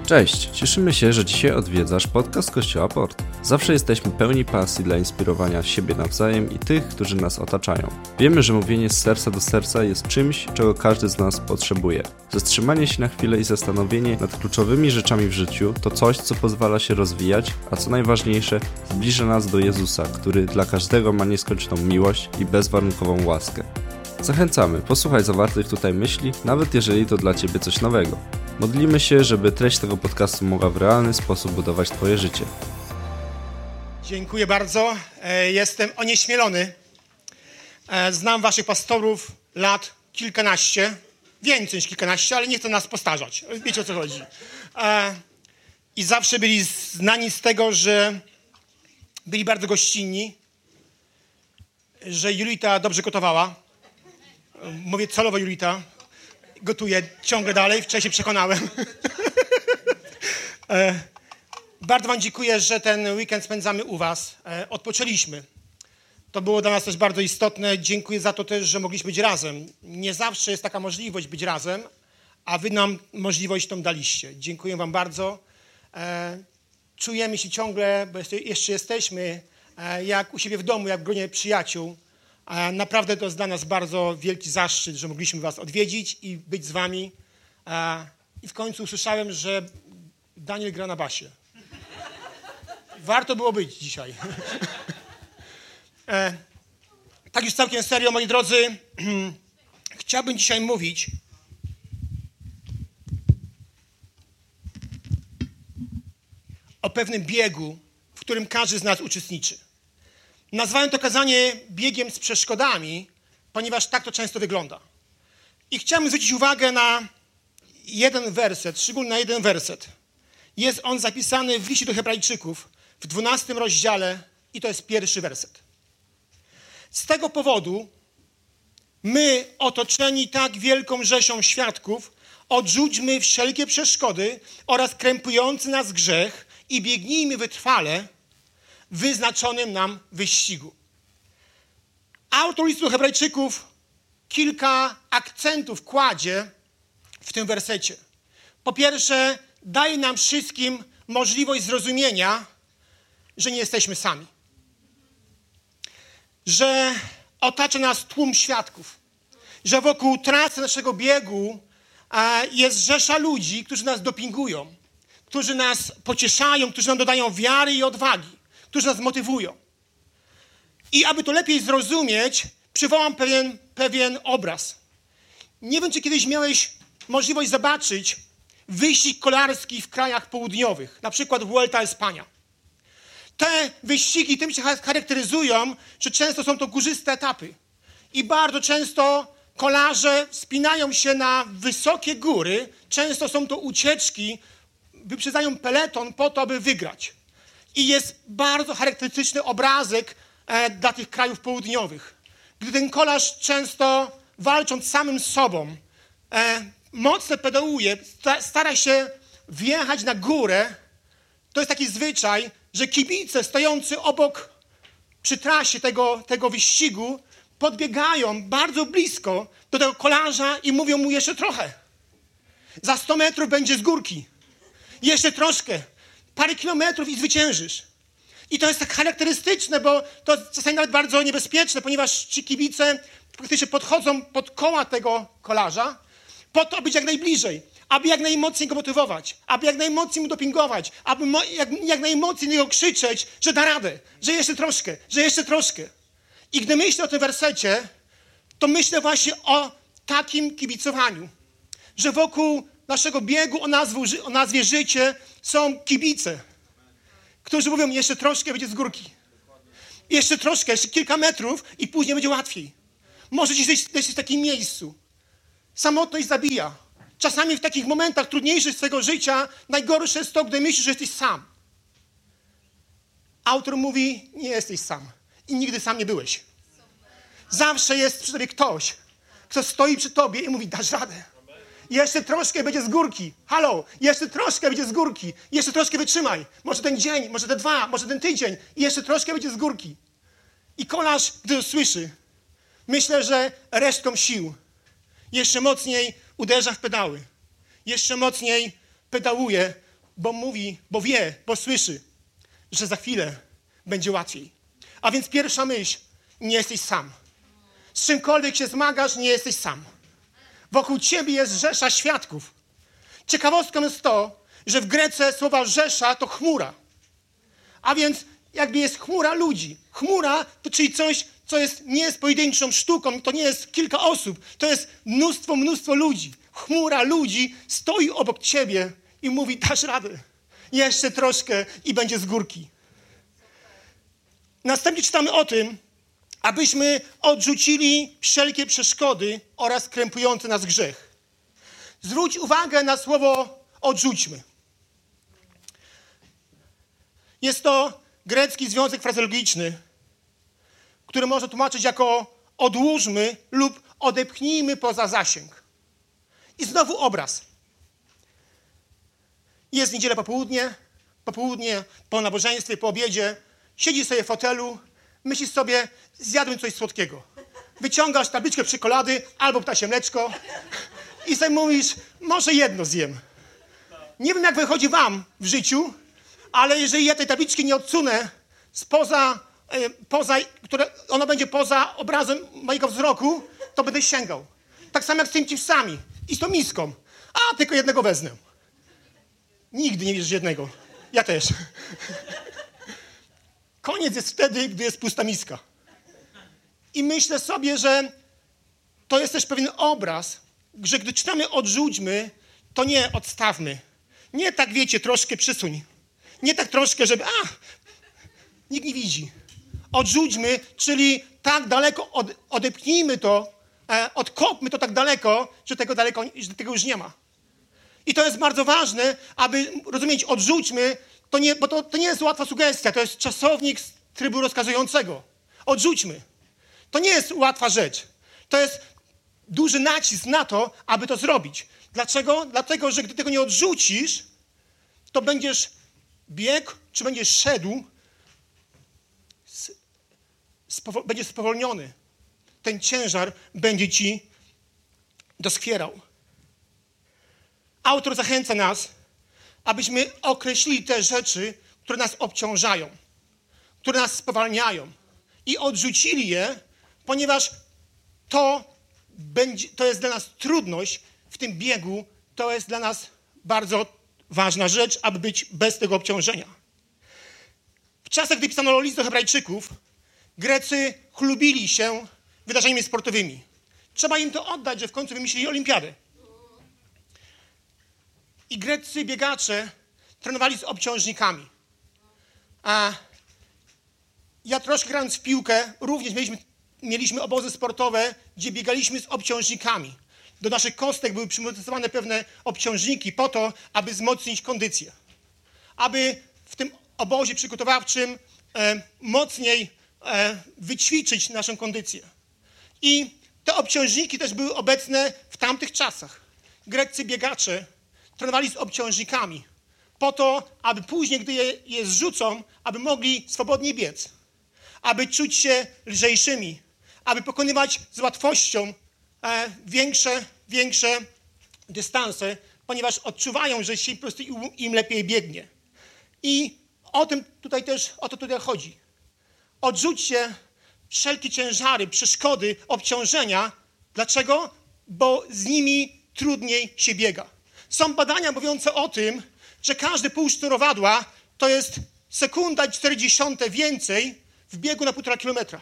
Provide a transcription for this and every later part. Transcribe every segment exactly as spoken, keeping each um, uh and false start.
Cześć, cieszymy się, że dzisiaj odwiedzasz podcast Kościoła Port. Zawsze jesteśmy pełni pasji dla inspirowania siebie nawzajem i tych, którzy nas otaczają. Wiemy, że mówienie z serca do serca jest czymś, czego każdy z nas potrzebuje. Zatrzymanie się na chwilę i zastanowienie nad kluczowymi rzeczami w życiu to coś, co pozwala się rozwijać, a co najważniejsze, zbliża nas do Jezusa, który dla każdego ma nieskończoną miłość i bezwarunkową łaskę. Zachęcamy, posłuchaj zawartych tutaj myśli, nawet jeżeli to dla Ciebie coś nowego. Modlimy się, żeby treść tego podcastu mogła w realny sposób budować Twoje życie. Dziękuję bardzo. Jestem onieśmielony. Znam waszych pastorów lat kilkanaście, więcej niż kilkanaście, ale nie chcę nas postarzać. Wiecie, o co chodzi. I zawsze byli znani z tego, że byli bardzo gościnni, że Julita dobrze gotowała. Mówię celowo Julita. Gotuje ciągle dalej, wczoraj się przekonałem. e, bardzo wam dziękuję, że ten weekend spędzamy u was. E, odpoczęliśmy. To było dla nas też bardzo istotne. Dziękuję za to też, że mogliśmy być razem. Nie zawsze jest taka możliwość być razem, a wy nam możliwość tą daliście. Dziękuję wam bardzo. E, czujemy się ciągle, bo jeszcze jesteśmy, e, jak u siebie w domu, jak w gronie przyjaciół. Naprawdę to jest dla nas bardzo wielki zaszczyt, że mogliśmy was odwiedzić i być z wami. I w końcu usłyszałem, że Daniel gra na basie. Warto było być dzisiaj. Tak już całkiem serio, moi drodzy, chciałbym dzisiaj mówić o pewnym biegu, w którym każdy z nas uczestniczy. Nazwałem to kazanie biegiem z przeszkodami, ponieważ tak to często wygląda. I chciałem zwrócić uwagę na jeden werset, szczególnie na jeden werset. Jest on zapisany w liście do Hebrajczyków w dwunastym rozdziale i to jest pierwszy werset. Z tego powodu my, otoczeni tak wielką rzeszą świadków, odrzućmy wszelkie przeszkody oraz krępujący nas grzech i biegnijmy wytrwale wyznaczonym nam wyścigu. Autor listu do Hebrajczyków kilka akcentów kładzie w tym wersecie. Po pierwsze, daje nam wszystkim możliwość zrozumienia, że nie jesteśmy sami. Że otacza nas tłum świadków. Że wokół trasy naszego biegu jest rzesza ludzi, którzy nas dopingują, którzy nas pocieszają, którzy nam dodają wiary i odwagi, którzy nas motywują. I aby to lepiej zrozumieć, przywołam pewien, pewien obraz. Nie wiem, czy kiedyś miałeś możliwość zobaczyć wyścig kolarski w krajach południowych, na przykład Vuelta a España. Te wyścigi tym się charakteryzują, że często są to górzyste etapy. I bardzo często kolarze wspinają się na wysokie góry, często są to ucieczki, wyprzedzają peleton po to, aby wygrać. I jest bardzo charakterystyczny obrazek e, dla tych krajów południowych. Gdy ten kolarz często walcząc z samym sobą, e, mocno pedałuje, sta, stara się wjechać na górę, to jest taki zwyczaj, że kibice stojący obok przy trasie tego, tego wyścigu podbiegają bardzo blisko do tego kolarza i mówią mu jeszcze trochę. Za sto metrów będzie z górki. Jeszcze troszkę. Parę kilometrów i zwyciężysz. I to jest tak charakterystyczne, bo to czasami nawet bardzo niebezpieczne, ponieważ ci kibice praktycznie podchodzą pod koła tego kolarza po to, aby być jak najbliżej, aby jak najmocniej go motywować, aby jak najmocniej mu dopingować, aby mo- jak, jak najmocniej niego krzyczeć, że da radę, że jeszcze troszkę, że jeszcze troszkę. I gdy myślę o tym wersecie, to myślę właśnie o takim kibicowaniu, że wokół naszego biegu o, nazwu, o nazwie życie są kibice, którzy mówią, jeszcze troszkę będzie z górki. Jeszcze troszkę, jeszcze kilka metrów i później będzie łatwiej. Może dziś jesteś w takim miejscu. Samotność zabija. Czasami w takich momentach trudniejszych swojego życia najgorsze jest to, gdy myślisz, że jesteś sam. Autor mówi, nie jesteś sam. I nigdy sam nie byłeś. Zawsze jest przy tobie ktoś, kto stoi przy tobie i mówi, dasz radę. Jeszcze troszkę będzie z górki. Halo, jeszcze troszkę będzie z górki. Jeszcze troszkę wytrzymaj. Może ten dzień, może te dwa, może ten tydzień. I jeszcze troszkę będzie z górki. I kolarz, gdy to słyszy, myślę, że resztką sił jeszcze mocniej uderza w pedały. Jeszcze mocniej pedałuje bo mówi, bo wie, bo słyszy, że za chwilę będzie łatwiej. A więc pierwsza myśl, nie jesteś sam. Z czymkolwiek się zmagasz, nie jesteś sam. Wokół ciebie jest rzesza świadków. Ciekawostką jest to, że w Grece słowa rzesza to chmura. A więc jakby jest chmura ludzi. Chmura to czyli coś, co jest, nie jest pojedynczą sztuką, to nie jest kilka osób, to jest mnóstwo, mnóstwo ludzi. Chmura ludzi stoi obok ciebie i mówi, dasz radę. Jeszcze troszkę i będzie z górki. Następnie czytamy o tym, abyśmy odrzucili wszelkie przeszkody oraz krępujący nas grzech. Zwróć uwagę na słowo odrzućmy. Jest to grecki związek frazeologiczny, który można tłumaczyć jako odłóżmy lub odepchnijmy poza zasięg. I znowu obraz. Jest niedziela popołudnie, popołudnie, po nabożeństwie, po obiedzie. Siedzisz sobie w fotelu, myślisz sobie, zjadłem coś słodkiego. Wyciągasz tabliczkę czekolady albo ptasie mleczko i sobie mówisz, może jedno zjem. Nie wiem, jak wychodzi wam w życiu, ale jeżeli ja tej tabliczki nie odsunę spoza, e, poza, które ona będzie poza obrazem mojego wzroku, to będę sięgał. Tak samo jak z tymi chipsami i z tą miską. A, tylko jednego wezmę. Nigdy nie bierzesz jednego. Ja też. Koniec jest wtedy, gdy jest pusta miska. I myślę sobie, że to jest też pewien obraz, że gdy czytamy odrzućmy, to nie odstawmy. Nie tak, wiecie, troszkę przysuń. Nie tak troszkę, żeby, a, nikt nie widzi. Odrzućmy, czyli tak daleko od, odepchnijmy to, e, odkopmy to tak daleko, że tego daleko, że tego już nie ma. I to jest bardzo ważne, aby rozumieć, odrzućmy, to nie, bo to, to nie jest łatwa sugestia, to jest czasownik z trybu rozkazującego. Odrzućmy. To nie jest łatwa rzecz. To jest duży nacisk na to, aby to zrobić. Dlaczego? Dlatego, że gdy tego nie odrzucisz, to będziesz biegł, czy będziesz szedł, spowo- będziesz spowolniony. Ten ciężar będzie ci doskwierał. Autor zachęca nas, abyśmy określili te rzeczy, które nas obciążają, które nas spowalniają i odrzucili je, ponieważ to, będzie, to jest dla nas trudność w tym biegu, to jest dla nas bardzo ważna rzecz, aby być bez tego obciążenia. W czasach, gdy pisano list do Hebrajczyków, Grecy chlubili się wydarzeniami sportowymi. Trzeba im to oddać, że w końcu wymyślili olimpiadę. I greccy biegacze trenowali z obciążnikami. A ja troszkę grając w piłkę, również mieliśmy, mieliśmy obozy sportowe, gdzie biegaliśmy z obciążnikami. Do naszych kostek były przymocowane pewne obciążniki po to, aby wzmocnić kondycję. Aby w tym obozie przygotowawczym e, mocniej e, wyćwiczyć naszą kondycję. I te obciążniki też były obecne w tamtych czasach. Greccy biegacze trenowali z obciążnikami po to, aby później, gdy je, je zrzucą, aby mogli swobodnie biec, aby czuć się lżejszymi, aby pokonywać z łatwością e, większe, większe dystanse, ponieważ odczuwają, że się po prostu im lepiej biegnie. I o tym tutaj też, o to tutaj chodzi. Odrzućcie wszelkie ciężary, przeszkody, obciążenia. Dlaczego? Bo z nimi trudniej się biega. Są badania mówiące o tym, że każdy pół sznurowadła to jest sekunda i czterdzieści więcej w biegu na półtora kilometra.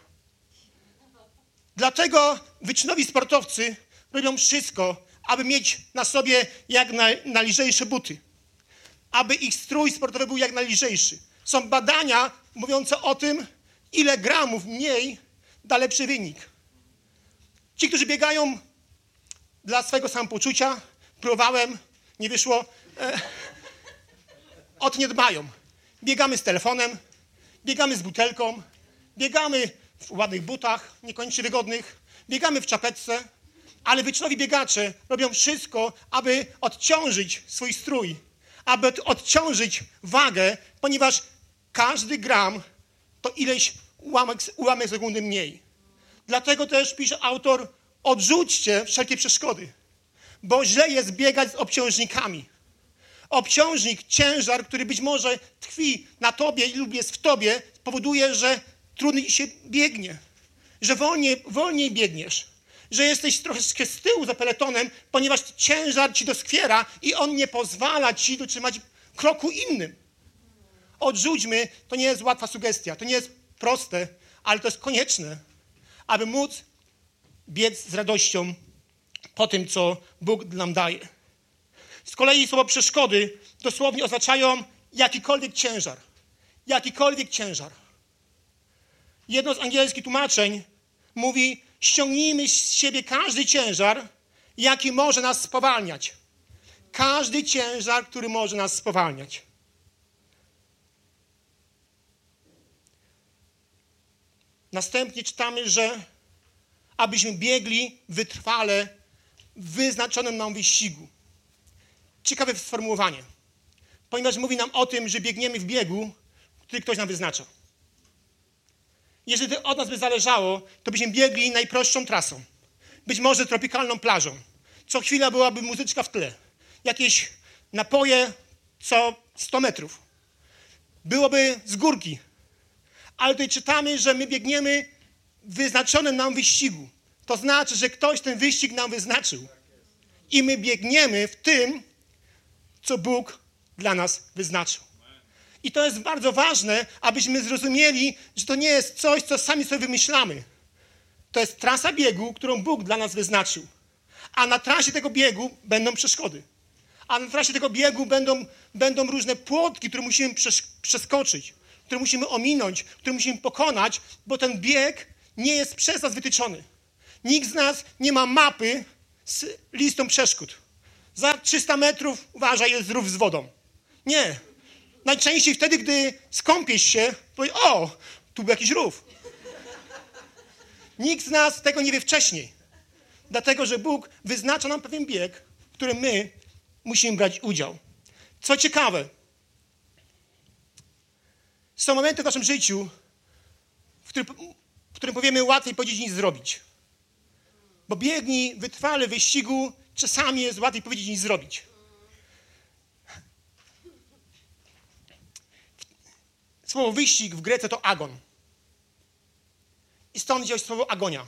Dlatego wyczynowi sportowcy robią wszystko, aby mieć na sobie jak najlżejsze buty. Aby ich strój sportowy był jak najlżejszy. Są badania mówiące o tym, ile gramów mniej da lepszy wynik. Ci, którzy biegają dla swojego samopoczucia, próbowałem, nie wyszło, e, o to nie dbają. Biegamy z telefonem, biegamy z butelką, biegamy w ładnych butach, niekoniecznie wygodnych, biegamy w czapeczce, ale wyczynowi biegacze robią wszystko, aby odciążyć swój strój, aby odciążyć wagę, ponieważ każdy gram to ileś ułamek, ułamek sekundy mniej. Dlatego też pisze autor, odrzućcie wszelkie przeszkody, bo źle jest biegać z obciążnikami. obciążnik, ciężar, który być może tkwi na tobie lub jest w tobie, powoduje, że trudniej się biegnie, że wolniej, wolniej biegniesz, że jesteś troszeczkę z tyłu za peletonem, ponieważ ciężar ci doskwiera i on nie pozwala ci dotrzymać kroku innym. Odrzućmy, to nie jest łatwa sugestia, to nie jest proste, ale to jest konieczne, aby móc biec z radością po tym, co Bóg nam daje. Z kolei słowo przeszkody dosłownie oznaczają jakikolwiek ciężar. Jakikolwiek ciężar. Jedno z angielskich tłumaczeń mówi: ściągnijmy z siebie każdy ciężar, jaki może nas spowalniać. Każdy ciężar, który może nas spowalniać. Następnie czytamy, że abyśmy biegli wytrwale w wyznaczonym nam wyścigu. Ciekawe sformułowanie, ponieważ mówi nam o tym, że biegniemy w biegu, który ktoś nam wyznacza. Jeżeli od nas by zależało, to byśmy biegli najprostszą trasą. Być może tropikalną plażą. Co chwila byłaby muzyczka w tle. Jakieś napoje co sto metrów. Byłoby z górki. Ale tutaj czytamy, że my biegniemy w wyznaczonym nam wyścigu. To znaczy, że ktoś ten wyścig nam wyznaczył. I my biegniemy w tym, co Bóg dla nas wyznaczył. I to jest bardzo ważne, abyśmy zrozumieli, że to nie jest coś, co sami sobie wymyślamy. To jest trasa biegu, którą Bóg dla nas wyznaczył. A na trasie tego biegu będą przeszkody. A na trasie tego biegu będą, będą różne płotki, które musimy przesz- przeskoczyć, które musimy ominąć, które musimy pokonać, bo ten bieg nie jest przez nas wytyczony. Nikt z nas nie ma mapy z listą przeszkód. Za trzysta metrów, uważaj, jest rów z wodą. Nie. Najczęściej wtedy, gdy skąpiesz się, powie, o, tu był jakiś rów. Nikt z nas tego nie wie wcześniej. Dlatego, że Bóg wyznacza nam pewien bieg, w którym my musimy brać udział. Co ciekawe, są momenty w naszym życiu, w którym, w którym powiemy, łatwiej powiedzieć niż zrobić. Bo biegnij wytrwale w wyścigu, czasami jest łatwiej powiedzieć niż zrobić. Słowo wyścig w Grece to agon. I stąd wziąć słowo agonia.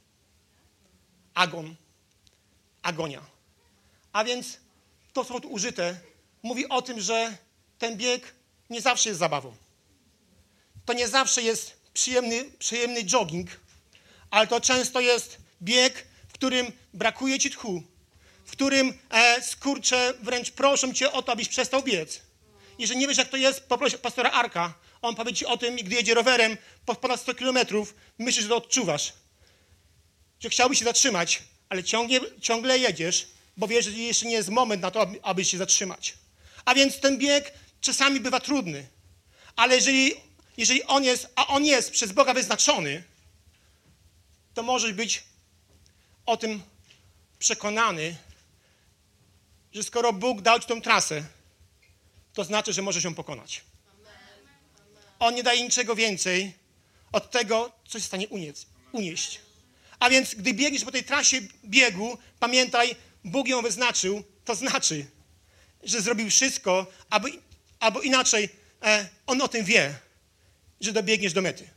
Agon. Agonia. A więc to słowo tu użyte mówi o tym, że ten bieg nie zawsze jest zabawą. To nie zawsze jest przyjemny, przyjemny jogging, ale to często jest bieg, w którym brakuje ci tchu, w którym e, skurcze wręcz proszą cię o to, abyś przestał biec. Jeżeli nie wiesz, jak to jest, poproś pastora Arka. On powie ci o tym, gdy jedzie rowerem po ponad sto kilometrów, myślisz, że to odczuwasz. Że chciałbyś się zatrzymać, ale ciągle, ciągle jedziesz, bo wiesz, że jeszcze nie jest moment na to, aby, aby się zatrzymać. A więc ten bieg czasami bywa trudny. Ale jeżeli, jeżeli on jest, a on jest przez Boga wyznaczony, to możesz być o tym przekonany, że skoro Bóg dał ci tą trasę, to znaczy, że możesz ją pokonać. On nie daje niczego więcej od tego, co się stanie uniec, unieść. A więc, gdy biegniesz po tej trasie biegu, pamiętaj, Bóg ją wyznaczył, to znaczy, że zrobił wszystko, aby, albo inaczej, e, on o tym wie, że dobiegniesz do mety.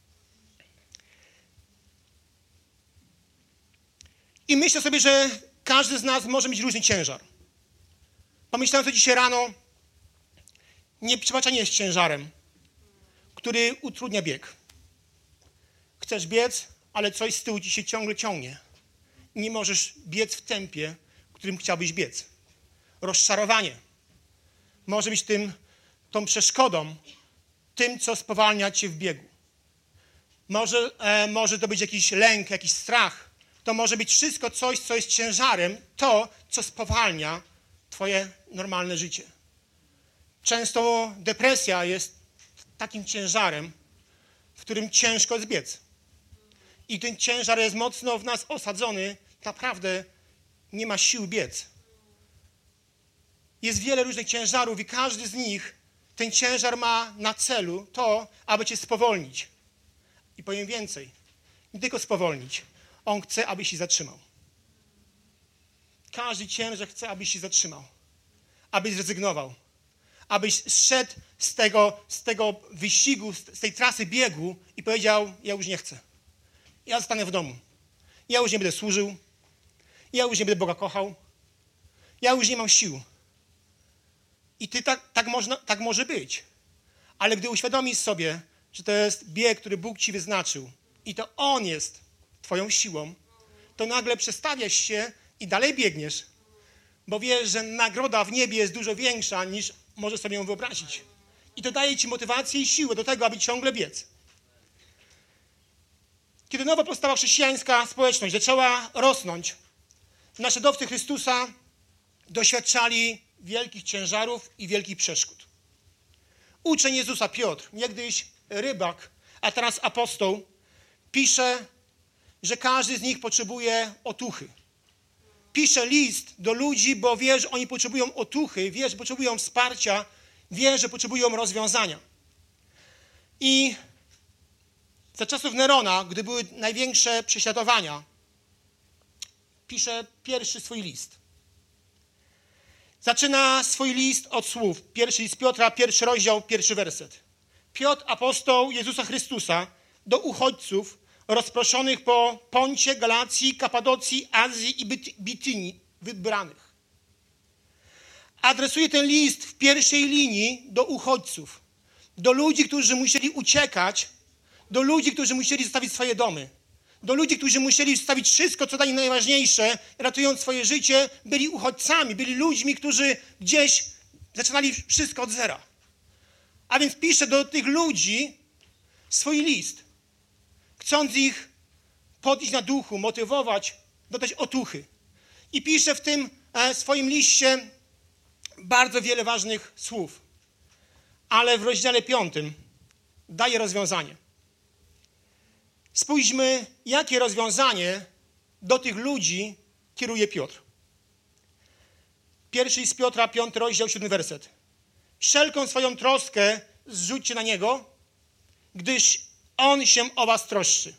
I myślę sobie, że każdy z nas może mieć różny ciężar. Pomyślałem to dzisiaj rano, nieprzebaczenie jest ciężarem, który utrudnia bieg. Chcesz biec, ale coś z tyłu ci się ciągle ciągnie. Nie możesz biec w tempie, w którym chciałbyś biec. Rozczarowanie może być tym, tą przeszkodą, tym, co spowalnia cię w biegu. Może, e, może to być jakiś lęk, jakiś strach. To może być wszystko coś, co jest ciężarem, to, co spowalnia twoje normalne życie. Często depresja jest takim ciężarem, w którym ciężko jest biec. I ten ciężar jest mocno w nas osadzony, naprawdę nie ma sił biec. Jest wiele różnych ciężarów i każdy z nich, ten ciężar ma na celu to, aby cię spowolnić. I powiem więcej, nie tylko spowolnić, on chce, abyś się zatrzymał. Każdy ciężar chce, abyś się zatrzymał. abyś zrezygnował. Abyś zszedł z tego, z tego wyścigu, z tej trasy biegu i powiedział, ja już nie chcę. Ja zostanę w domu. Ja już nie będę służył. Ja już nie będę Boga kochał. Ja już nie mam sił. I ty tak, tak, można, tak może być. Ale gdy uświadomisz sobie, że to jest bieg, który Bóg ci wyznaczył i to On jest twoją siłą, to nagle przestawiasz się i dalej biegniesz, bo wiesz, że nagroda w niebie jest dużo większa, niż możesz sobie ją wyobrazić. I to daje ci motywację i siłę do tego, aby ciągle biec. Kiedy nowo powstała chrześcijańska społeczność, zaczęła rosnąć, naśladowcy Chrystusa doświadczali wielkich ciężarów i wielkich przeszkód. Uczeń Jezusa Piotr, niegdyś rybak, a teraz apostoł, pisze, że każdy z nich potrzebuje otuchy. Pisze list do ludzi, bo wie, że oni potrzebują otuchy, wie, że potrzebują wsparcia, wie, że potrzebują rozwiązania. I za czasów Nerona, gdy były największe prześladowania, pisze pierwszy swój list. Zaczyna swój list od słów. Pierwszy list Piotra, pierwszy rozdział, pierwszy werset. Piotr, apostoł Jezusa Chrystusa, do uchodźców rozproszonych po Poncie, Galacji, Kapadocji, Azji i Bitynii, wybranych. Adresuje ten list w pierwszej linii do uchodźców, do ludzi, którzy musieli uciekać, do ludzi, którzy musieli zostawić swoje domy, do ludzi, którzy musieli zostawić wszystko, co dla nich najważniejsze, ratując swoje życie, byli uchodźcami, byli ludźmi, którzy gdzieś zaczynali wszystko od zera. A więc pisze do tych ludzi swój list, chcąc ich podnieść na duchu, motywować, dodać otuchy. I pisze w tym e, swoim liście bardzo wiele ważnych słów. Ale w rozdziale piątym daje rozwiązanie. Spójrzmy, jakie rozwiązanie do tych ludzi kieruje Piotr. Pierwszy z Piotra, piąty rozdział, siódmy werset. Wszelką swoją troskę zrzućcie na Niego, gdyż On się o was troszczy.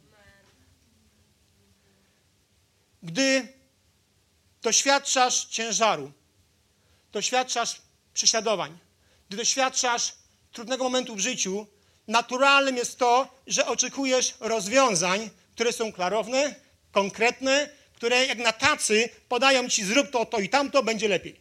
Gdy doświadczasz ciężaru, doświadczasz prześladowań, gdy doświadczasz trudnego momentu w życiu, naturalnym jest to, że oczekujesz rozwiązań, które są klarowne, konkretne, które jak na tacy podają ci zrób to, to i tamto, będzie lepiej.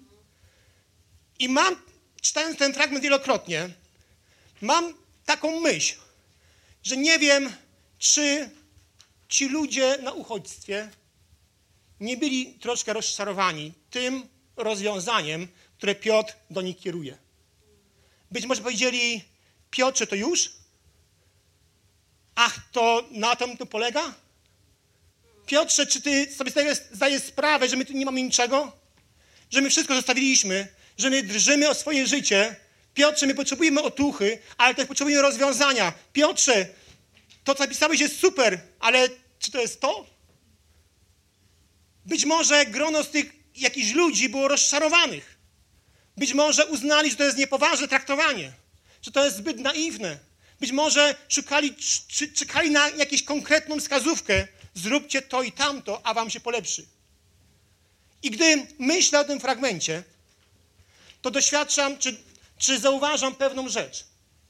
I mam, czytając ten fragment wielokrotnie, mam taką myśl, że nie wiem, czy ci ludzie na uchodźstwie nie byli troszkę rozczarowani tym rozwiązaniem, które Piotr do nich kieruje. Być może powiedzieli, Piotrze, to już? Ach, to na tym to polega? Piotrze, czy ty sobie zdajesz, zdajesz sprawę, że my tu nie mamy niczego? Że my wszystko zostawiliśmy, że my drżymy o swoje życie? Piotrze, my potrzebujemy otuchy, ale też potrzebujemy rozwiązania. Piotrze, to, co napisałeś, jest super, ale czy to jest to? Być może grono z tych jakichś ludzi było rozczarowanych. Być może uznali, że to jest niepoważne traktowanie, że to jest zbyt naiwne. Być może szukali, czy, czekali na jakąś konkretną wskazówkę. Zróbcie to i tamto, a wam się polepszy. I gdy myślę o tym fragmencie, to doświadczam, czy, czy zauważam pewną rzecz.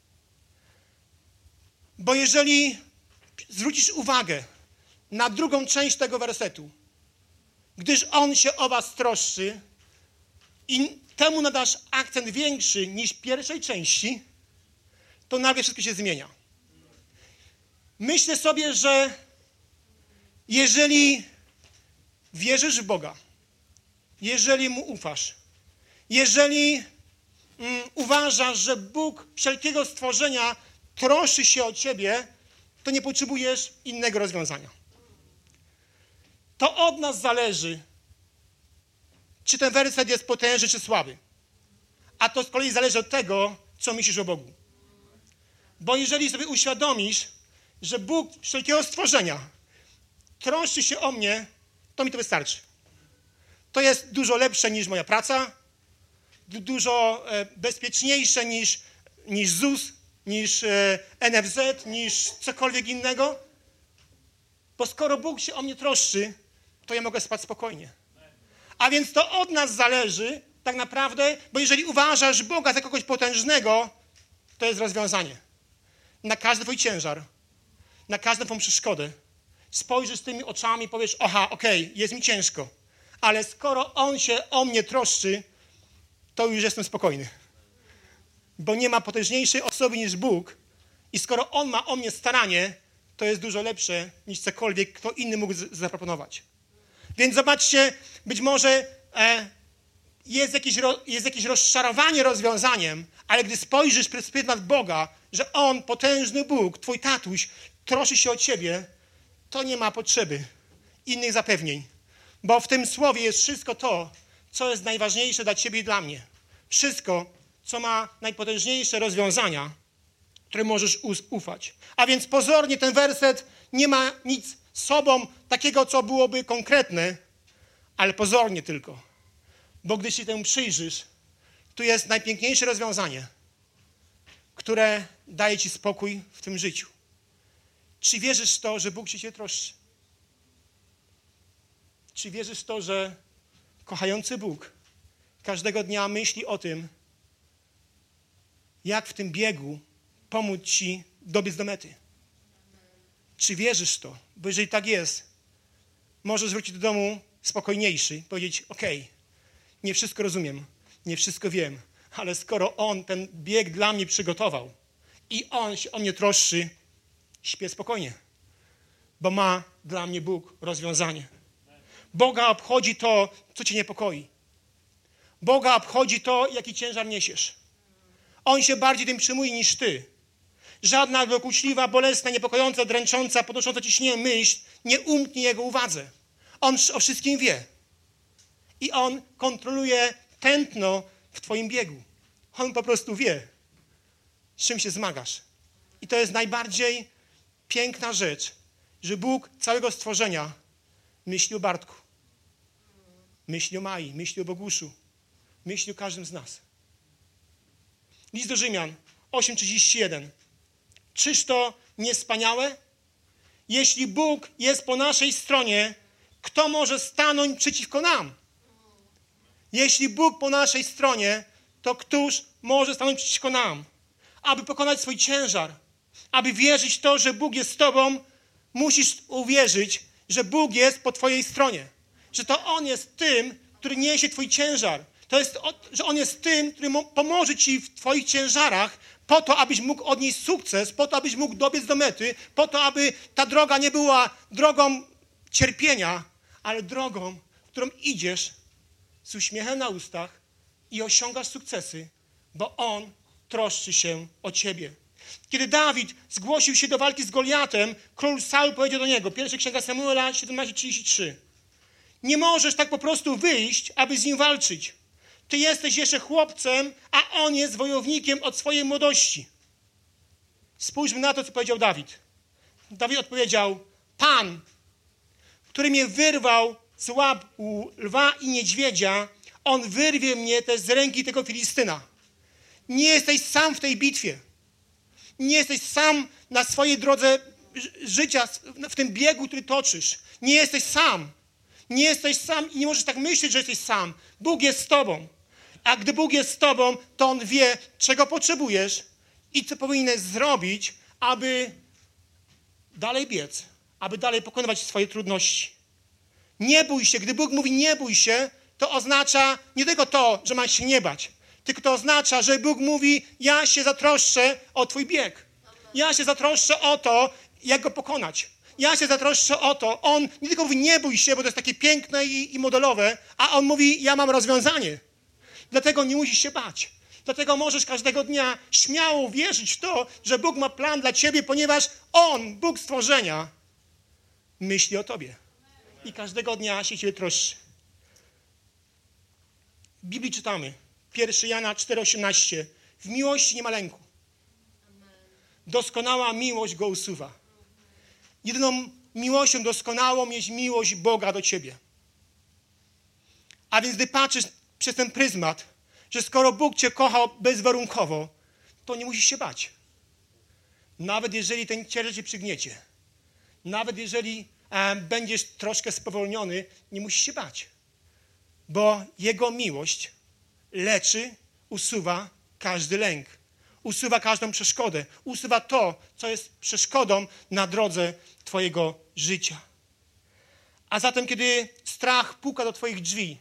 Bo jeżeli zwrócisz uwagę na drugą część tego wersetu, gdyż On się o was troszczy i temu nadasz akcent większy niż pierwszej części, to nagle wszystko się zmienia. Myślę sobie, że jeżeli wierzysz w Boga, jeżeli Mu ufasz, jeżeli mm, uważasz, że Bóg wszelkiego stworzenia troszczy się o ciebie, to nie potrzebujesz innego rozwiązania. To od nas zależy, czy ten werset jest potężny, czy słaby. A to z kolei zależy od tego, co myślisz o Bogu. Bo jeżeli sobie uświadomisz, że Bóg wszelkiego stworzenia troszczy się o mnie, to mi to wystarczy. To jest dużo lepsze niż moja praca, dużo e, bezpieczniejsze niż, niż Z U S, niż e, N F Z, niż cokolwiek innego. Bo skoro Bóg się o mnie troszczy, to ja mogę spać spokojnie. A więc to od nas zależy, tak naprawdę, bo jeżeli uważasz Boga za kogoś potężnego, to jest rozwiązanie. Na każdy twój ciężar, na każdą twą przeszkodę spojrzysz tymi oczami i powiesz, aha, okej, okay, jest mi ciężko, ale skoro On się o mnie troszczy, to już jestem spokojny. Bo nie ma potężniejszej osoby niż Bóg i skoro On ma o mnie staranie, to jest dużo lepsze niż cokolwiek kto inny mógł z- zaproponować. Więc zobaczcie, być może e, jest, jakieś ro, jest jakieś rozczarowanie rozwiązaniem, ale gdy spojrzysz przez pryzmat Boga, że On, potężny Bóg, twój tatuś, troszczy się o ciebie, to nie ma potrzeby innych zapewnień. Bo w tym słowie jest wszystko to, co jest najważniejsze dla ciebie i dla mnie. Wszystko, co ma najpotężniejsze rozwiązania, którym możesz ufać. A więc pozornie ten werset nie ma nic z sobą takiego, co byłoby konkretne, ale pozornie tylko. Bo gdy się temu przyjrzysz, tu jest najpiękniejsze rozwiązanie, które daje ci spokój w tym życiu. Czy wierzysz w to, że Bóg się cię troszczy? Czy wierzysz w to, że kochający Bóg każdego dnia myśli o tym, jak w tym biegu pomóc ci dobiec do mety? Czy wierzysz w to? Bo jeżeli tak jest, możesz wrócić do domu spokojniejszy i powiedzieć, okej, okay, nie wszystko rozumiem, nie wszystko wiem, ale skoro On ten bieg dla mnie przygotował i On się o mnie troszczy, śpię spokojnie, bo ma dla mnie Bóg rozwiązanie. Boga obchodzi to, co cię niepokoi. Boga obchodzi to, jaki ciężar niesiesz. On się bardziej tym przejmuje niż ty. Żadna dokuczliwa, bolesna, niepokojąca, dręcząca, podnosząca ciśnienie myśl nie umknie Jego uwadze. On o wszystkim wie. I On kontroluje tętno w twoim biegu. On po prostu wie, z czym się zmagasz. I to jest najbardziej piękna rzecz, że Bóg całego stworzenia myśli o Bartku, myśli o Mai, myśli o Boguszu, myśli o każdym z nas. List do Rzymian osiem trzydzieści jeden. Czyż to nie wspaniałe? Jeśli Bóg jest po naszej stronie, kto może stanąć przeciwko nam? Jeśli Bóg po naszej stronie, to któż może stanąć przeciwko nam? Aby pokonać swój ciężar, aby wierzyć w to, że Bóg jest z tobą, musisz uwierzyć, że Bóg jest po twojej stronie. Że to On jest tym, który niesie twój ciężar. To jest, że On jest tym, który pomoże ci w twoich ciężarach po to, abyś mógł odnieść sukces, po to, abyś mógł dobiec do mety, po to, aby ta droga nie była drogą cierpienia, ale drogą, którą idziesz z uśmiechem na ustach i osiągasz sukcesy, bo On troszczy się o ciebie. Kiedy Dawid zgłosił się do walki z Goliatem, król Saul powiedział do niego, pierwsza księga Samuela siedemnaście trzydzieści trzy. Nie możesz tak po prostu wyjść, aby z nim walczyć. Ty jesteś jeszcze chłopcem, a on jest wojownikiem od swojej młodości. Spójrzmy na to, co powiedział Dawid. Dawid odpowiedział, Pan, który mnie wyrwał z łap lwa i niedźwiedzia, on wyrwie mnie też z ręki tego Filistyna. Nie jesteś sam w tej bitwie. Nie jesteś sam na swojej drodze życia, w tym biegu, który toczysz. Nie jesteś sam. Nie jesteś sam i nie możesz tak myśleć, że jesteś sam. Bóg jest z tobą. A gdy Bóg jest z tobą, to On wie, czego potrzebujesz i co powinieneś zrobić, aby dalej biec, aby dalej pokonywać swoje trudności. Nie bój się. Gdy Bóg mówi nie bój się, to oznacza nie tylko to, że masz się nie bać, tylko to oznacza, że Bóg mówi, ja się zatroszczę o twój bieg. Ja się zatroszczę o to, jak go pokonać. Ja się zatroszczę o to. On nie tylko mówi, nie bój się, bo to jest takie piękne i, i modelowe, a On mówi, ja mam rozwiązanie. Dlatego nie musisz się bać. Dlatego możesz każdego dnia śmiało wierzyć w to, że Bóg ma plan dla ciebie, ponieważ On, Bóg stworzenia, myśli o tobie. I każdego dnia się ciebie troszczy. W Biblii czytamy, pierwsza Jana cztery osiemnaście. W miłości nie ma lęku. Doskonała miłość go usuwa. Jedyną miłością doskonałą jest miłość Boga do ciebie. A więc gdy patrzysz przez ten pryzmat, że skoro Bóg cię kochał bezwarunkowo, to nie musisz się bać. Nawet jeżeli ten ciężar cię przygniecie. Nawet jeżeli e, będziesz troszkę spowolniony, nie musisz się bać. Bo Jego miłość leczy, usuwa każdy lęk. Usuwa każdą przeszkodę. Usuwa to, co jest przeszkodą na drodze twojego życia. A zatem, kiedy strach puka do twoich drzwi,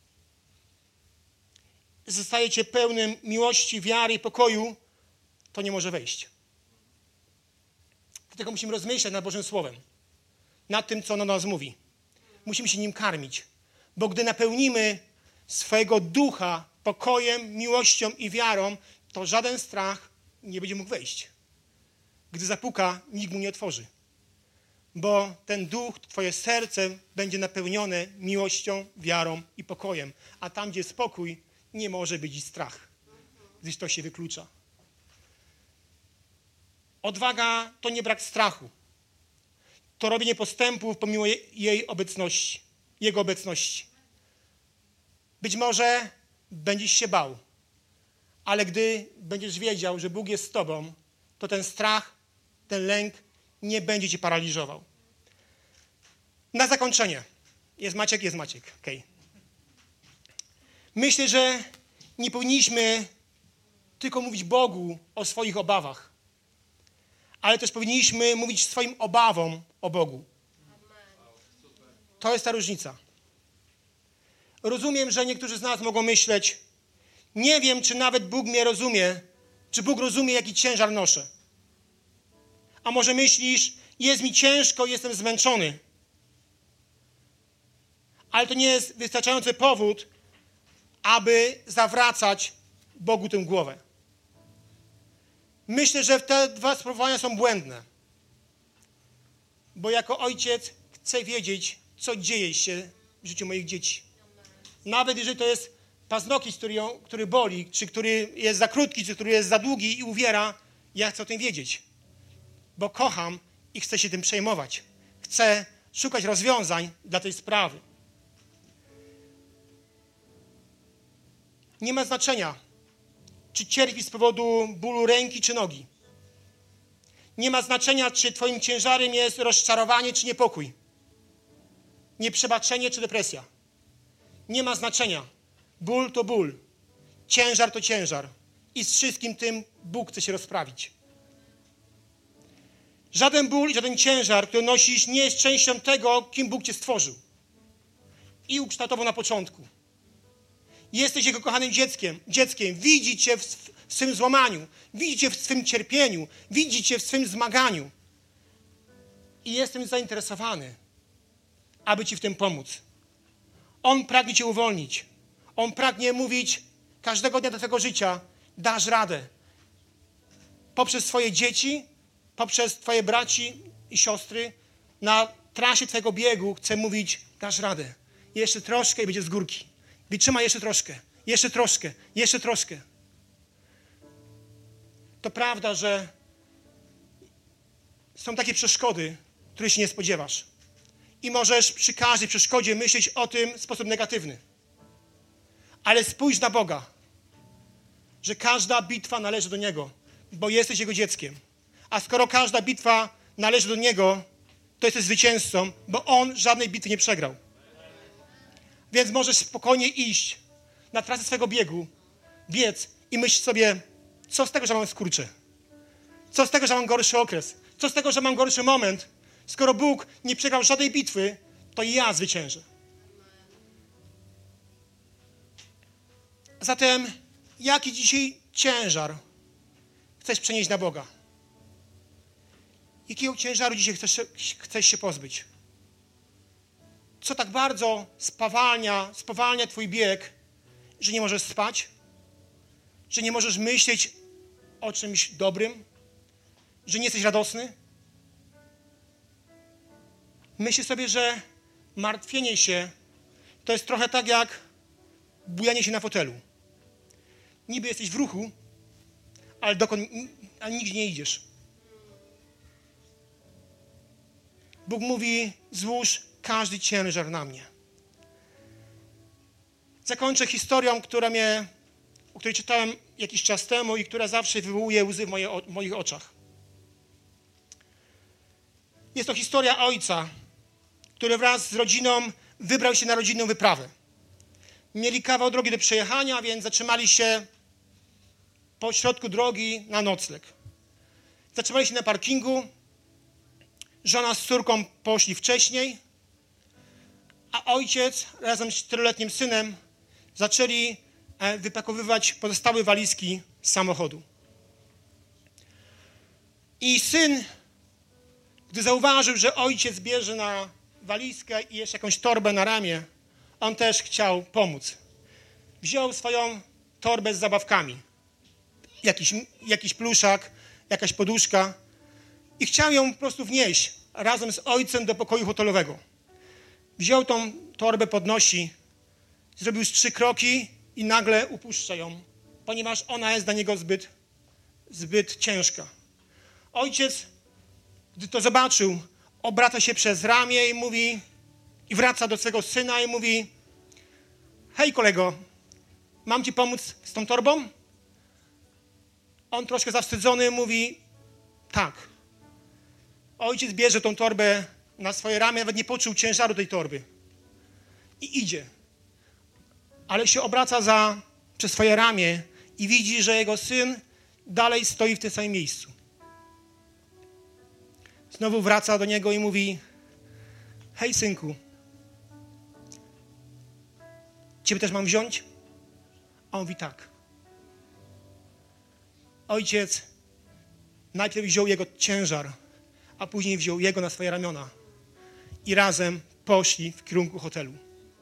zostaje cię pełnym miłości, wiary i pokoju, to nie może wejść. Dlatego musimy rozmyślać nad Bożym Słowem. Nad tym, co ono do nas mówi. Musimy się nim karmić. Bo gdy napełnimy swojego ducha pokojem, miłością i wiarą, to żaden strach nie będzie mógł wejść. Gdy zapuka, nikt mu nie otworzy. Bo ten duch, twoje serce będzie napełnione miłością, wiarą i pokojem. A tam, gdzie jest spokój, nie może być i strach, gdyż to się wyklucza. Odwaga to nie brak strachu. To robienie postępów pomimo jej obecności, jego obecności. Być może będziesz się bał, ale gdy będziesz wiedział, że Bóg jest z tobą, to ten strach, ten lęk nie będzie cię paraliżował. Na zakończenie. Jest Maciek? Jest Maciek. Okay. Myślę, że nie powinniśmy tylko mówić Bogu o swoich obawach, ale też powinniśmy mówić swoim obawom o Bogu. To jest ta różnica. Rozumiem, że niektórzy z nas mogą myśleć, nie wiem, czy nawet Bóg mnie rozumie, czy Bóg rozumie, jaki ciężar noszę. A może myślisz, jest mi ciężko, jestem zmęczony. Ale to nie jest wystarczający powód, aby zawracać Bogu tę głowę. Myślę, że te dwa spróbowania są błędne. Bo jako ojciec chcę wiedzieć, co dzieje się w życiu moich dzieci. Nawet jeżeli to jest paznokieć, który, ją, który boli, czy który jest za krótki, czy który jest za długi i uwiera, ja chcę o tym wiedzieć. Bo kocham i chcę się tym przejmować. Chcę szukać rozwiązań dla tej sprawy. Nie ma znaczenia, czy cierpisz z powodu bólu ręki czy nogi. Nie ma znaczenia, czy twoim ciężarem jest rozczarowanie czy niepokój. Nieprzebaczenie czy depresja. Nie ma znaczenia. Ból to ból. Ciężar to ciężar. I z wszystkim tym Bóg chce się rozprawić. Żaden ból i żaden ciężar, który nosisz, nie jest częścią tego, kim Bóg cię stworzył. I ukształtował na początku. Jesteś Jego kochanym dzieckiem. dzieckiem. Widzi cię w, w swym złamaniu. Widzi cię w swym cierpieniu. Widzi cię w swym zmaganiu. I jestem zainteresowany, aby ci w tym pomóc. On pragnie cię uwolnić. On pragnie mówić każdego dnia do twojego życia, dasz radę. Poprzez swoje dzieci, poprzez twoje braci i siostry, na trasie twojego biegu chcę mówić, dasz radę. Jeszcze troszkę i będzie z górki. Wytrzymaj jeszcze troszkę, jeszcze troszkę, jeszcze troszkę. To prawda, że są takie przeszkody, których się nie spodziewasz. I możesz przy każdej przeszkodzie myśleć o tym w sposób negatywny. Ale spójrz na Boga, że każda bitwa należy do Niego, bo jesteś Jego dzieckiem. A skoro każda bitwa należy do Niego, to jesteś zwycięzcą, bo On żadnej bitwy nie przegrał. Więc możesz spokojnie iść na trasę swego biegu, biec i myśl sobie, co z tego, że mam skurcze? Co z tego, że mam gorszy okres? Co z tego, że mam gorszy moment? Skoro Bóg nie przegrał żadnej bitwy, to i ja zwyciężę. Zatem, jaki dzisiaj ciężar chcesz przenieść na Boga? Jakiego ciężaru dzisiaj chcesz, chcesz się pozbyć? Co tak bardzo spowalnia, spowalnia twój bieg, że nie możesz spać? Że nie możesz myśleć o czymś dobrym? Że nie jesteś radosny? Myślę sobie, że martwienie się to jest trochę tak jak bujanie się na fotelu. Niby jesteś w ruchu, ale dokąd, ale nigdzie nie idziesz. Bóg mówi, złóż każdy ciężar na mnie. Zakończę historią, która mnie, o której czytałem jakiś czas temu i która zawsze wywołuje łzy w moje, moich oczach. Jest to historia ojca, który wraz z rodziną wybrał się na rodzinną wyprawę. Mieli kawał drogi do przejechania, więc zatrzymali się po środku drogi na nocleg. Zatrzymali się na parkingu. Żona z córką poszli wcześniej, a ojciec razem z czteroletnim synem zaczęli wypakowywać pozostałe walizki z samochodu. I syn, gdy zauważył, że ojciec bierze na walizkę i jeszcze jakąś torbę na ramię, on też chciał pomóc. Wziął swoją torbę z zabawkami. Jakiś, jakiś pluszak, jakaś poduszka i chciał ją po prostu wnieść razem z ojcem do pokoju hotelowego. Wziął tą torbę, podnosi, zrobił z trzy kroki i nagle upuszcza ją, ponieważ ona jest dla niego zbyt, zbyt ciężka. Ojciec, gdy to zobaczył, obraca się przez ramię i mówi, i wraca do swego syna i mówi: hej kolego, mam ci pomóc z tą torbą? On troszkę zawstydzony mówi: tak. Ojciec bierze tą torbę na swoje ramię, nawet nie poczuł ciężaru tej torby. I idzie. Ale się obraca za, przez swoje ramię i widzi, że jego syn dalej stoi w tym samym miejscu. Znowu wraca do niego i mówi: hej synku, ciebie też mam wziąć? A on mówi: tak. Ojciec najpierw wziął jego ciężar, a później wziął jego na swoje ramiona i razem poszli w kierunku hotelu.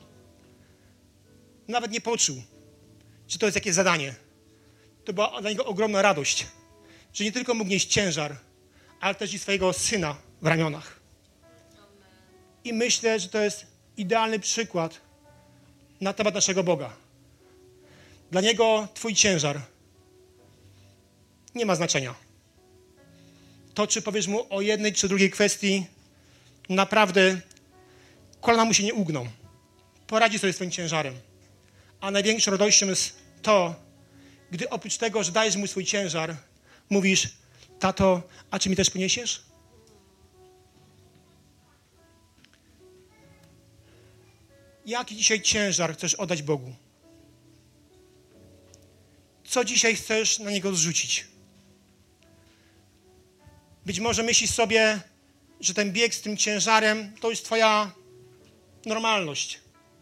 Nawet nie poczuł, że to jest jakieś zadanie. To była dla niego ogromna radość, że nie tylko mógł nieść ciężar, ale też i swojego syna w ramionach. I myślę, że to jest idealny przykład na temat naszego Boga. Dla Niego twój ciężar nie ma znaczenia. To, czy powiesz Mu o jednej czy drugiej kwestii, naprawdę kolana Mu się nie ugną. Poradzi sobie z twoim ciężarem. A największą radością jest to, gdy oprócz tego, że dajesz Mu swój ciężar, mówisz: tato, a czy mi też poniesiesz? Jaki dzisiaj ciężar chcesz oddać Bogu? Co dzisiaj chcesz na Niego zrzucić? Być może myślisz sobie, że ten bieg z tym ciężarem to jest twoja normalność.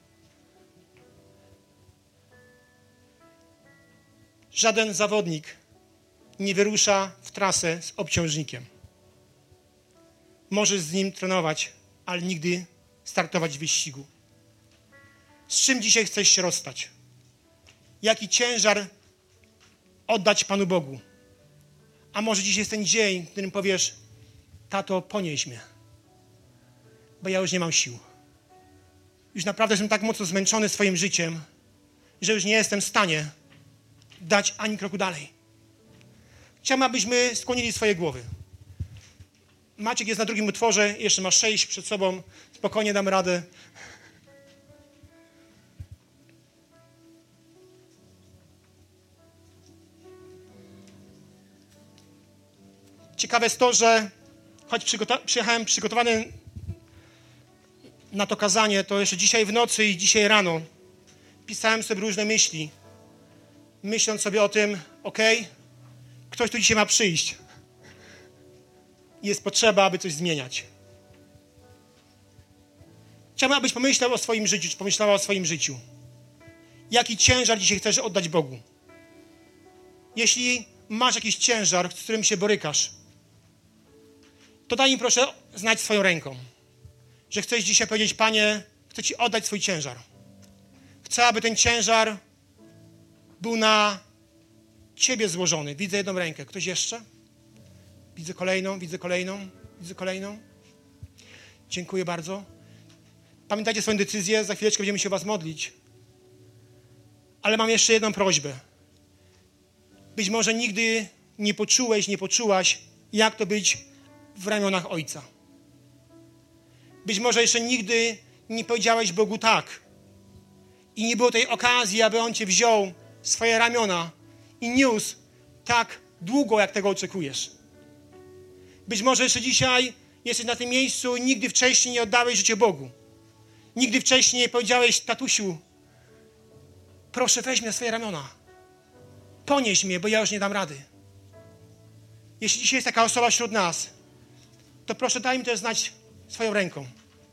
Żaden zawodnik nie wyrusza w trasę z obciążnikiem. Możesz z nim trenować, ale nigdy startować w wyścigu. Z czym dzisiaj chcesz się rozstać? Jaki ciężar oddać Panu Bogu? A może dziś jest ten dzień, w którym powiesz: tato, ponieś mnie, bo ja już nie mam sił. Już naprawdę jestem tak mocno zmęczony swoim życiem, że już nie jestem w stanie dać ani kroku dalej. Chciałbym, abyśmy skłonili swoje głowy. Maciek jest na drugim utworze, jeszcze ma sześć przed sobą. Spokojnie damy radę. Ciekawe jest to, że choć przygota- przyjechałem przygotowany na to kazanie, to jeszcze dzisiaj w nocy i dzisiaj rano pisałem sobie różne myśli, myśląc sobie o tym: okej, okay, ktoś tu dzisiaj ma przyjść. Jest potrzeba, aby coś zmieniać. Chciałbym, abyś pomyślał o swoim życiu, czy pomyślała o swoim życiu. Jaki ciężar dzisiaj chcesz oddać Bogu? Jeśli masz jakiś ciężar, z którym się borykasz, to daj mi proszę znać swoją ręką, że chcesz dzisiaj powiedzieć: Panie, chcę Ci oddać swój ciężar. Chcę, aby ten ciężar był na Ciebie złożony. Widzę jedną rękę. Ktoś jeszcze? Widzę kolejną, widzę kolejną, widzę kolejną. Dziękuję bardzo. Pamiętajcie swoją decyzję, za chwileczkę będziemy się o was modlić. Ale mam jeszcze jedną prośbę. Być może nigdy nie poczułeś, nie poczułaś, jak to być w ramionach Ojca. Być może jeszcze nigdy nie powiedziałeś Bogu tak. I nie było tej okazji, aby On cię wziął w swoje ramiona i niósł tak długo, jak tego oczekujesz. Być może jeszcze dzisiaj jesteś na tym miejscu i nigdy wcześniej nie oddałeś życia Bogu. Nigdy wcześniej nie powiedziałeś: tatusiu, proszę weź mnie na swoje ramiona. Ponieś mnie, bo ja już nie dam rady. Jeśli dzisiaj jest taka osoba wśród nas, to proszę daj mi też znać swoją ręką.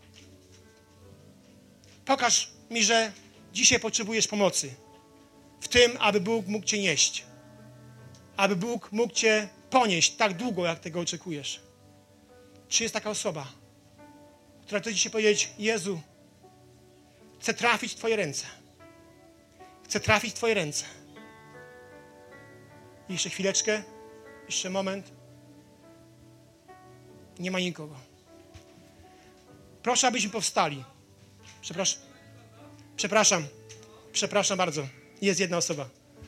Pokaż mi, że dzisiaj potrzebujesz pomocy w tym, aby Bóg mógł cię nieść. Aby Bóg mógł cię ponieść tak długo, jak tego oczekujesz. Czy jest taka osoba, która chce dzisiaj powiedzieć, Jezu, chcę trafić w Twoje ręce. Chcę trafić w Twoje ręce. Jeszcze chwileczkę, jeszcze moment. Nie ma nikogo. Proszę, abyśmy powstali. Przepraszam. Przepraszam. Przepraszam bardzo. Jest jedna osoba.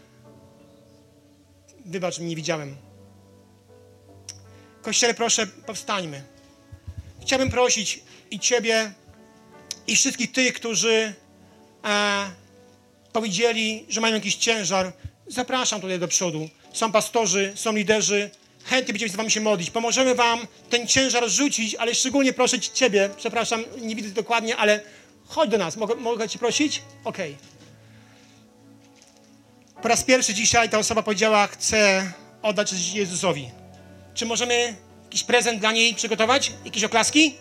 Wybacz, nie widziałem. Kościele, proszę, powstańmy. Chciałbym prosić i Ciebie, i wszystkich tych, którzy e, powiedzieli, że mają jakiś ciężar. Zapraszam tutaj do przodu. Są pastorzy, są liderzy. Chętnie będziemy z Wami się modlić. Pomożemy Wam ten ciężar rzucić, ale szczególnie proszę Ciebie, przepraszam, nie widzę dokładnie, ale chodź do nas. Mogę, mogę Cię prosić? Okej. Okay. Po raz pierwszy dzisiaj ta osoba powiedziała, chcę oddać Jezusowi. Czy możemy jakiś prezent dla niej przygotować? Jakieś oklaski?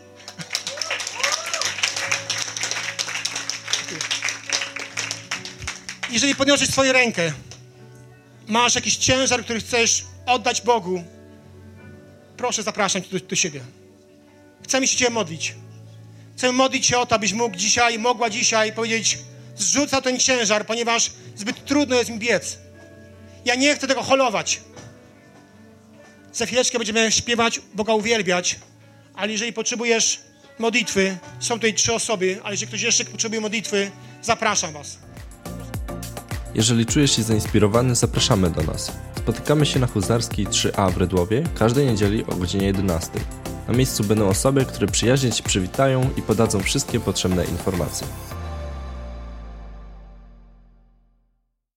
Jeżeli podniosłeś swoją rękę, masz jakiś ciężar, który chcesz oddać Bogu, proszę, zapraszam Cię do, do siebie. Chcemy się Cię modlić. Chcemy modlić się o to, abyś mógł dzisiaj, mogła dzisiaj powiedzieć, zrzucał ten ciężar, ponieważ zbyt trudno jest mi biec. Ja nie chcę tego holować. Za chwileczkę będziemy śpiewać, Boga uwielbiać, ale jeżeli potrzebujesz modlitwy, są tutaj trzy osoby, ale jeżeli ktoś jeszcze potrzebuje modlitwy, zapraszam Was. Jeżeli czujesz się zainspirowany, zapraszamy do nas. Spotykamy się na Huzarskiej trzy A w Redłowie każdej niedzieli o godzinie jedenastej. Na miejscu będą osoby, które przyjaźnie Cię przywitają i podadzą wszystkie potrzebne informacje.